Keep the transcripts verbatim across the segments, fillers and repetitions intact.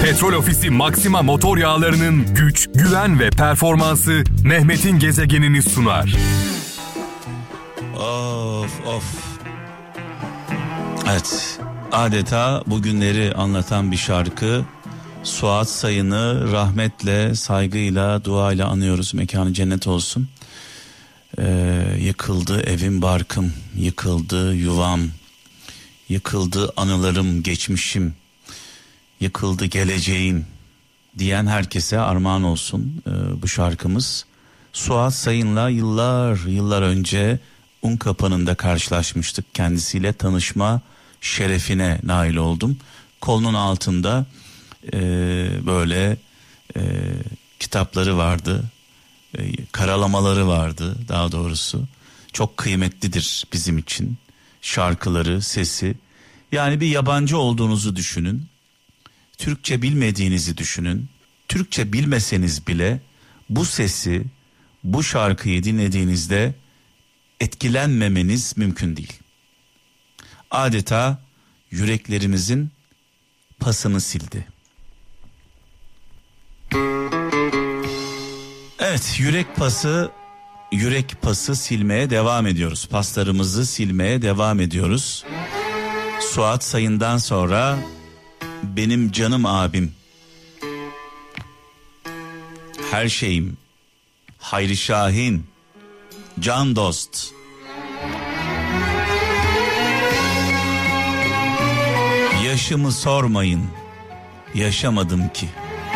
Petrol Ofisi Maxima motor yağlarının güç, güven ve performansı Mehmet'in gezegenini sunar. Of of. Evet, adeta bugünleri anlatan bir şarkı. Suat Sayın'ı rahmetle, saygıyla, duayla anıyoruz. Mekanı cennet olsun. Ee, yıkıldı evim barkım, yıkıldı yuvam, yıkıldı anılarım, geçmişim, yıkıldı geleceğim diyen herkese armağan olsun ee, bu şarkımız. Suat Sayın'la yıllar yıllar önce Unkapanı'nda karşılaşmıştık. Kendisiyle tanışma şerefine nail oldum. Kolunun altında e, böyle e, kitapları vardı. E, karalamaları vardı daha doğrusu. Çok kıymetlidir bizim için. Şarkıları, sesi. Yani bir yabancı olduğunuzu düşünün. Türkçe bilmediğinizi düşünün. Türkçe bilmeseniz bile bu sesi, bu şarkıyı dinlediğinizde etkilenmemeniz mümkün değil. Adeta yüreklerimizin pasını sildi. Evet, yürek pası, yürek pası silmeye devam ediyoruz. Paslarımızı silmeye devam ediyoruz. Suat Sayın'dan sonra benim canım abim, her şeyim, Hayri Şahin, can dost. Yaşımı sormayın, yaşamadım ki.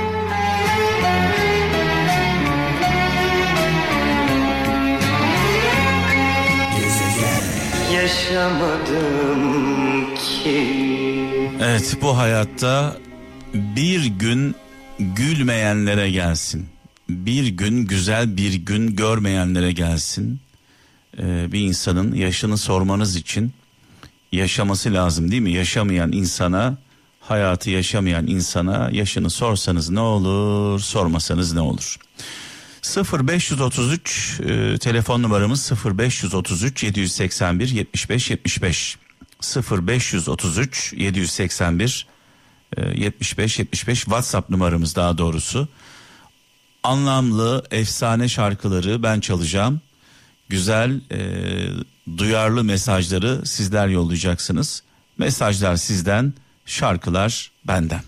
Yaşamadım ki. Evet, bu hayatta bir gün gülmeyenlere gelsin. Bir gün güzel bir gün görmeyenlere gelsin. Ee, bir insanın yaşını sormanız için yaşaması lazım değil mi? Yaşamayan insana, hayatı yaşamayan insana yaşını sorsanız ne olur, sormasanız ne olur? sıfır beş otuz üç e, telefon numaramız sıfır beş otuz üç yedi seksen bir yetmiş beş yetmiş beş sıfır beş otuz üç yedi seksen bir yetmiş beş yetmiş beş WhatsApp numaramız daha doğrusu. Anlamlı, efsane şarkıları ben çalacağım. Güzel, e, duyarlı mesajları sizler yollayacaksınız. Mesajlar sizden, şarkılar benden.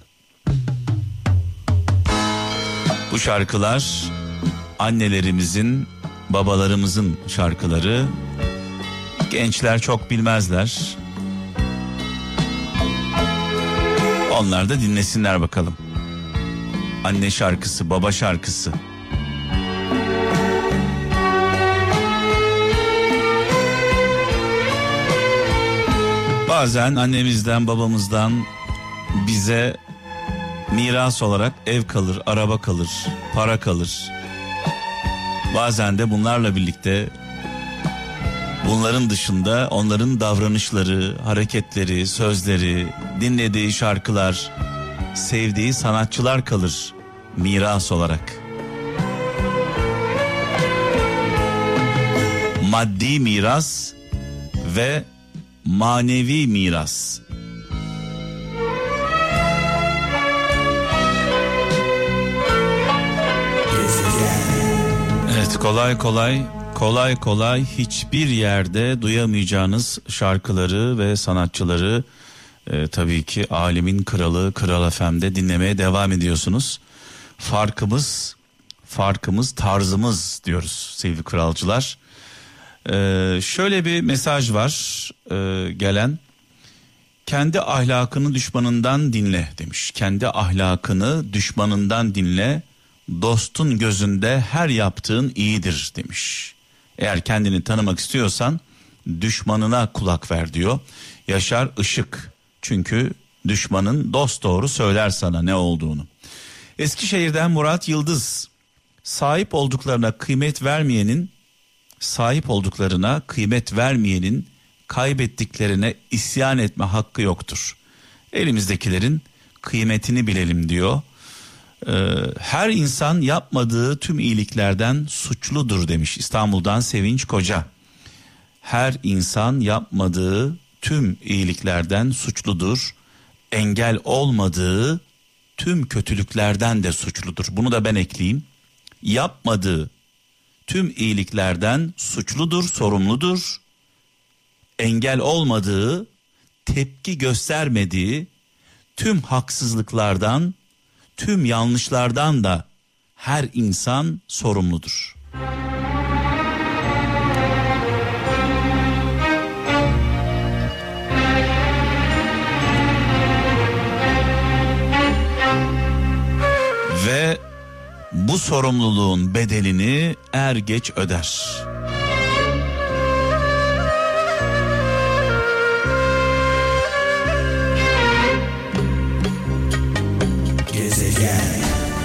Bu şarkılar annelerimizin, babalarımızın şarkıları. Gençler çok bilmezler. Onlar da dinlesinler bakalım. Anne şarkısı, baba şarkısı. Bazen annemizden, babamızdan bize miras olarak ev kalır, araba kalır, para kalır. Bazen de bunlarla birlikte, bunların dışında onların davranışları, hareketleri, sözleri, dinlediği şarkılar, sevdiği sanatçılar kalır miras olarak. Maddi miras ve manevi miras. Evet, kolay kolay kolay kolay hiçbir yerde duyamayacağınız şarkıları ve sanatçıları e, tabii ki alemin kralı Kral F M'de dinlemeye devam ediyorsunuz. Farkımız, farkımız tarzımız diyoruz sevgili kralcılar. Ee, şöyle bir mesaj var e, gelen. Kendi ahlakını düşmanından dinle demiş. Kendi ahlakını düşmanından dinle. Dostun gözünde her yaptığın iyidir demiş. Eğer kendini tanımak istiyorsan düşmanına kulak ver diyor. Yaşar Işık. Çünkü düşmanın dosdoğru söyler sana ne olduğunu. Eskişehir'den Murat Yıldız. Sahip olduklarına kıymet vermeyenin, sahip olduklarına kıymet vermeyenin kaybettiklerine isyan etme hakkı yoktur. Elimizdekilerin kıymetini bilelim diyor. Ee, her insan yapmadığı tüm iyiliklerden suçludur demiş İstanbul'dan Sevinç Koca. Her insan yapmadığı tüm iyiliklerden suçludur. Engel olmadığı tüm kötülüklerden de suçludur. Bunu da ben ekleyeyim. Yapmadığı tüm iyiliklerden suçludur, sorumludur. Engel olmadığı, tepki göstermediği tüm haksızlıklardan, tüm yanlışlardan da her insan sorumludur. Ve bu sorumluluğun bedelini er geç öder. Gezegen.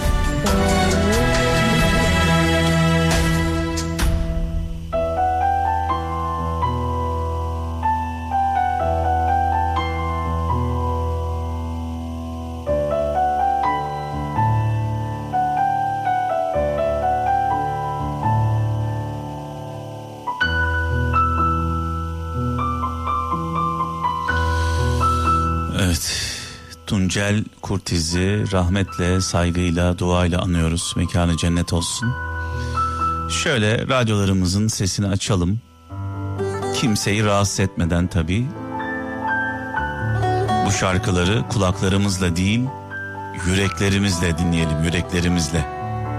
Evet, Tuncel Kurtiz'i rahmetle, saygıyla, duayla anıyoruz. Mekanı cennet olsun. Şöyle radyolarımızın sesini açalım. Kimseyi rahatsız etmeden tabii. Bu şarkıları kulaklarımızla değil, yüreklerimizle dinleyelim, yüreklerimizle.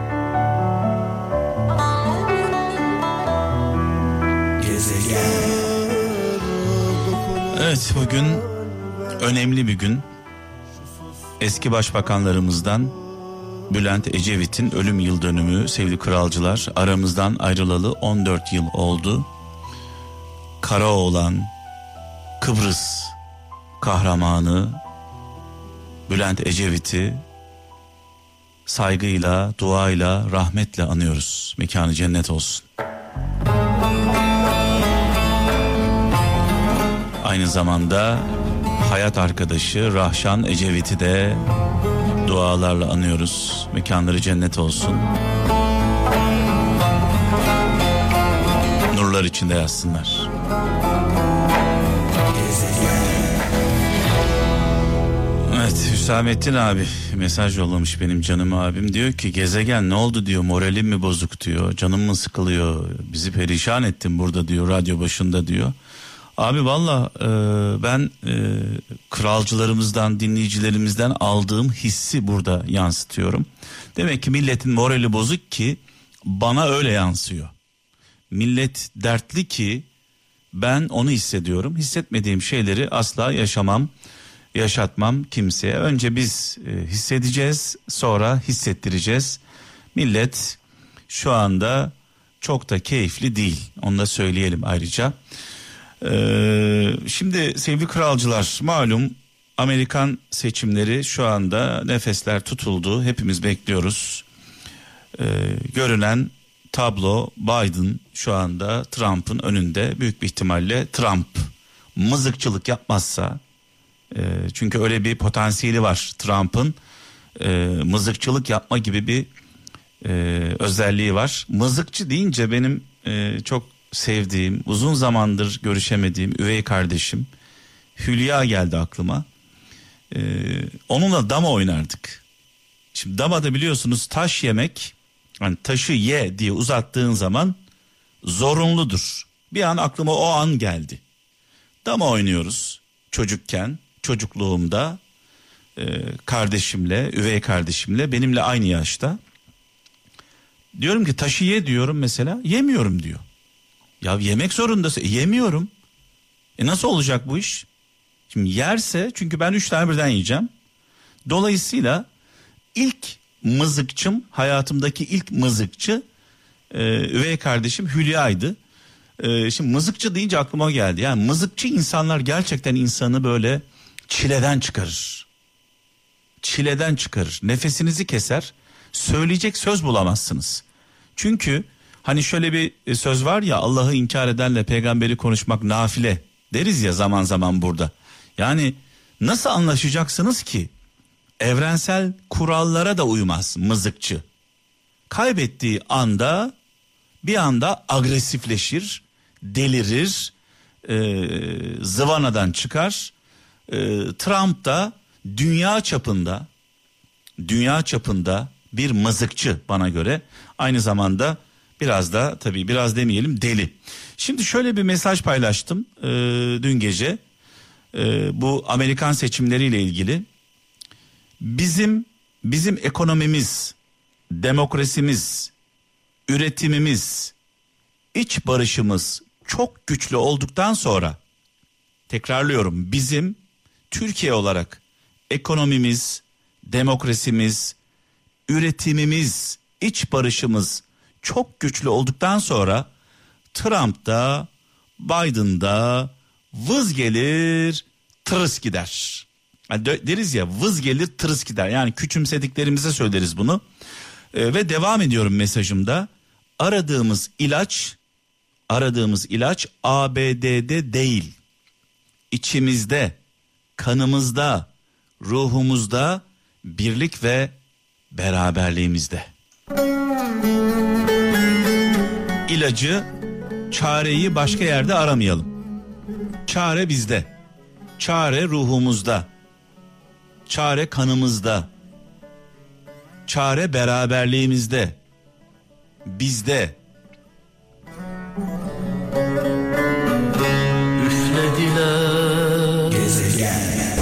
Gezegen. Evet, bugün önemli bir gün. Eski başbakanlarımızdan Bülent Ecevit'in ölüm yıl dönümü sevgili kralcılar. Aramızdan ayrılalı on dört yıl oldu. Karaoğlan, Kıbrıs kahramanı Bülent Ecevit'i saygıyla, duayla, rahmetle anıyoruz. Mekanı cennet olsun. Aynı zamanda hayat arkadaşı Rahşan Ecevit'i de dualarla anıyoruz. Mekanları cennet olsun. Nurlar içinde yatsınlar. Evet, Hüsamettin abi mesaj yollamış benim canım abim. Diyor ki gezegen ne oldu diyor, moralim mi bozuk diyor, canım mı sıkılıyor, bizi perişan ettin burada diyor, radyo başında diyor. Abi valla e, ben e, kralcılarımızdan, dinleyicilerimizden aldığım hissi burada yansıtıyorum. Demek ki milletin morali bozuk ki bana öyle yansıyor. Millet dertli ki ben onu hissediyorum. Hissetmediğim şeyleri asla yaşamam, yaşatmam kimseye. Önce biz e, hissedeceğiz, sonra hissettireceğiz. Millet şu anda çok da keyifli değil, onu da söyleyelim ayrıca. Ee, şimdi sevgili kralcılar, malum Amerikan seçimleri şu anda, nefesler tutuldu, hepimiz bekliyoruz. Ee, görünen tablo Biden şu anda Trump'ın önünde. Büyük bir ihtimalle Trump mızıkçılık yapmazsa, e, çünkü öyle bir potansiyeli var Trump'ın, e, mızıkçılık yapma gibi bir e, özelliği var. Mızıkçı deyince benim e, çok sevdiğim, uzun zamandır görüşemediğim üvey kardeşim Hülya geldi aklıma. Ee, onunla dama oynardık. Şimdi damada biliyorsunuz taş yemek, hani taşı ye diye uzattığın zaman zorunludur. Bir an aklıma o an geldi. Dama oynuyoruz çocukken, çocukluğumda e, kardeşimle, üvey kardeşimle, benimle aynı yaşta. Diyorum ki taşı ye diyorum mesela, yemiyorum diyor. Ya yemek zorundasın. E, yemiyorum. E nasıl olacak bu iş? Şimdi yerse, çünkü ben üç tane birden yiyeceğim. Dolayısıyla ilk mızıkçım, hayatımdaki ilk mızıkçı e, üvey kardeşim Hülya'ydı. E, şimdi mızıkçı deyince aklıma geldi. Yani mızıkçı insanlar gerçekten insanı böyle çileden çıkarır. Çileden çıkarır. Nefesinizi keser. Söyleyecek söz bulamazsınız. Çünkü hani şöyle bir söz var ya, Allah'ı inkar edenle peygamberi konuşmak nafile deriz ya zaman zaman burada. Yani nasıl anlaşacaksınız ki? Evrensel kurallara da uymaz mızıkçı. Kaybettiği anda bir anda agresifleşir, delirir, e, zıvanadan çıkar. E, Trump da dünya çapında dünya çapında bir mızıkçı bana göre. Aynı zamanda biraz da tabii biraz demeyelim deli. Şimdi şöyle bir mesaj paylaştım e, dün gece. E, bu Amerikan seçimleriyle ilgili. Bizim bizim ekonomimiz, demokrasimiz, üretimimiz, iç barışımız çok güçlü olduktan sonra, tekrarlıyorum, bizim Türkiye olarak ekonomimiz, demokrasimiz, üretimimiz, iç barışımız çok güçlü olduktan sonra Trump da Biden da vız gelir tırıs gider. Yani deriz ya, vız gelir tırıs gider. Yani küçümsediklerimize söyleriz bunu. Ee, ve devam ediyorum mesajımda. Aradığımız ilaç, aradığımız ilaç A B D'de değil. İçimizde, kanımızda, ruhumuzda, birlik ve beraberliğimizde. İlacı, çareyi başka yerde aramayalım. Çare bizde. Çare ruhumuzda. Çare kanımızda. Çare beraberliğimizde. Bizde. Üflediler. Gezegen.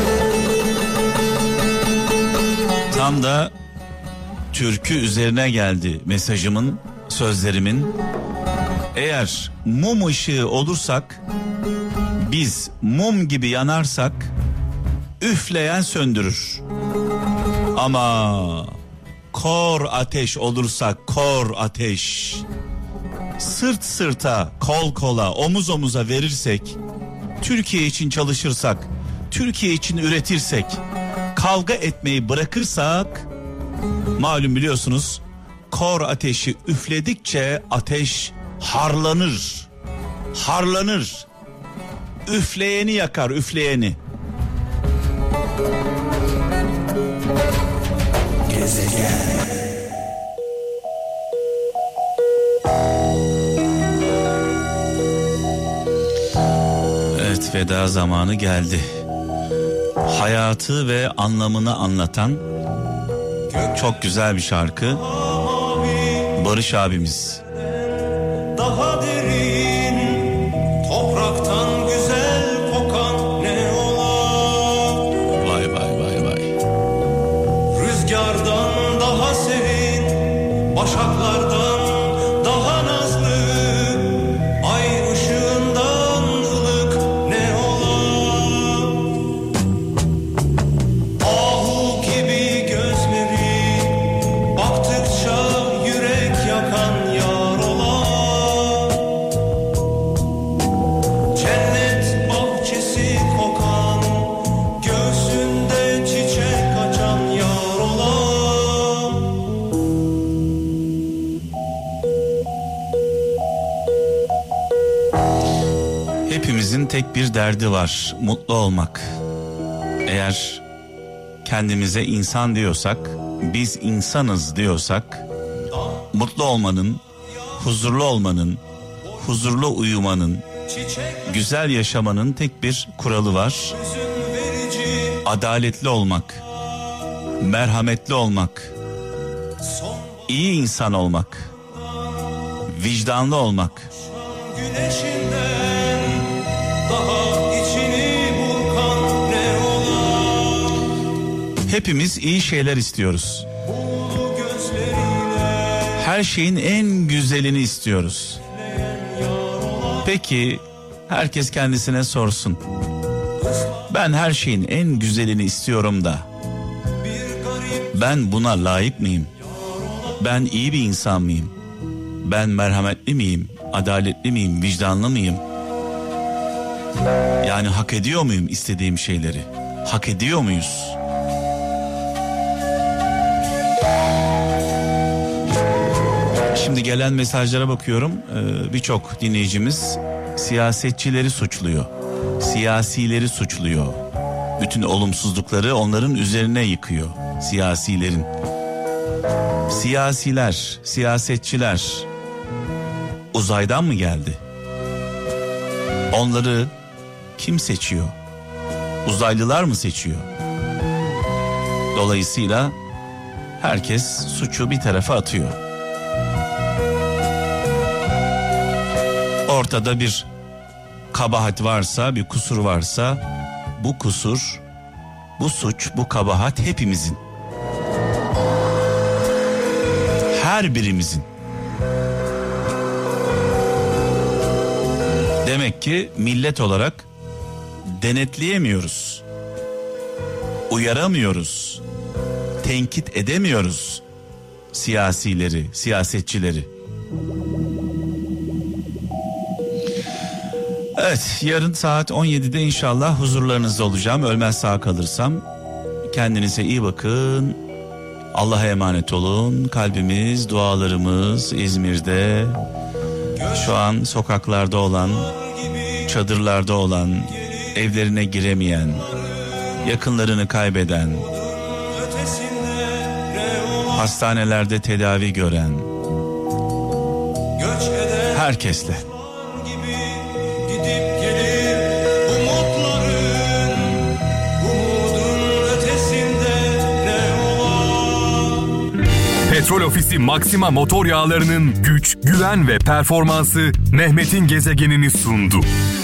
Tam da türkü üzerine geldi mesajımın, sözlerimin. Eğer mum ışığı olursak, biz mum gibi yanarsak, üfleyen söndürür. Ama kor ateş olursak, kor ateş, sırt sırta, kol kola, omuz omuza verirsek, Türkiye için çalışırsak, Türkiye için üretirsek, kavga etmeyi bırakırsak, malum biliyorsunuz, kor ateşi üfledikçe ateş harlanır. Harlanır. Üfleyeni yakar, üfleyeni. Gezegen. Evet, veda zamanı geldi. Hayatı ve anlamını anlatan çok güzel bir şarkı. Barış abimiz. Daha derin, topraktan güzel kokan ne ola. Vay vay vay vay. Rüzgardan daha serin, başaklardan daha nazlı, ay ışığından ılık ne ola. Ahu gibi gözleri, baktıkça yürek yakan yar ola. Cennet bahçesi kokan, göğsünde çiçek açan yar ola. Hepimizin tek bir derdi var, mutlu olmak. Eğer kendimize insan diyorsak, biz insanız diyorsak, mutlu olmanın, huzurlu olmanın, huzurlu uyumanın, güzel yaşamanın tek bir kuralı var. Adaletli olmak, merhametli olmak, iyi insan olmak, vicdanlı olmak. Hepimiz iyi şeyler istiyoruz. Her şeyin en güzelini istiyoruz. Peki herkes kendisine sorsun. Ben her şeyin en güzelini istiyorum da ben buna layık mıyım? Ben iyi bir insan mıyım? Ben merhametli miyim? Adaletli miyim? Vicdanlı mıyım? Yani hak ediyor muyum istediğim şeyleri? Hak ediyor muyuz? Şimdi gelen mesajlara bakıyorum. Ee, birçok dinleyicimiz siyasetçileri suçluyor. Siyasileri suçluyor. Bütün olumsuzlukları onların üzerine yıkıyor. Siyasilerin. Siyasiler, siyasetçiler uzaydan mı geldi? Onları kim seçiyor? Uzaylılar mı seçiyor? Dolayısıyla herkes suçu bir tarafa atıyor. Ortada bir kabahat varsa, bir kusur varsa, bu kusur, bu suç, bu kabahat hepimizin. Her birimizin. Demek ki millet olarak denetleyemiyoruz. Uyaramıyoruz. Tenkit edemiyoruz siyasileri, siyasetçileri. Evet, yarın saat on yedide inşallah huzurlarınızda olacağım. Ölmez sağ kalırsam. Kendinize iyi bakın. Allah'a emanet olun. Kalbimiz, dualarımız İzmir'de. Şu an sokaklarda olan, çadırlarda olan, evlerine giremeyen, yakınlarını kaybeden, hastanelerde tedavi gören herkesle. Petrol Ofisi Maxima motor yağlarının güç, güven ve performansı Mehmet'in gezegenini sundu.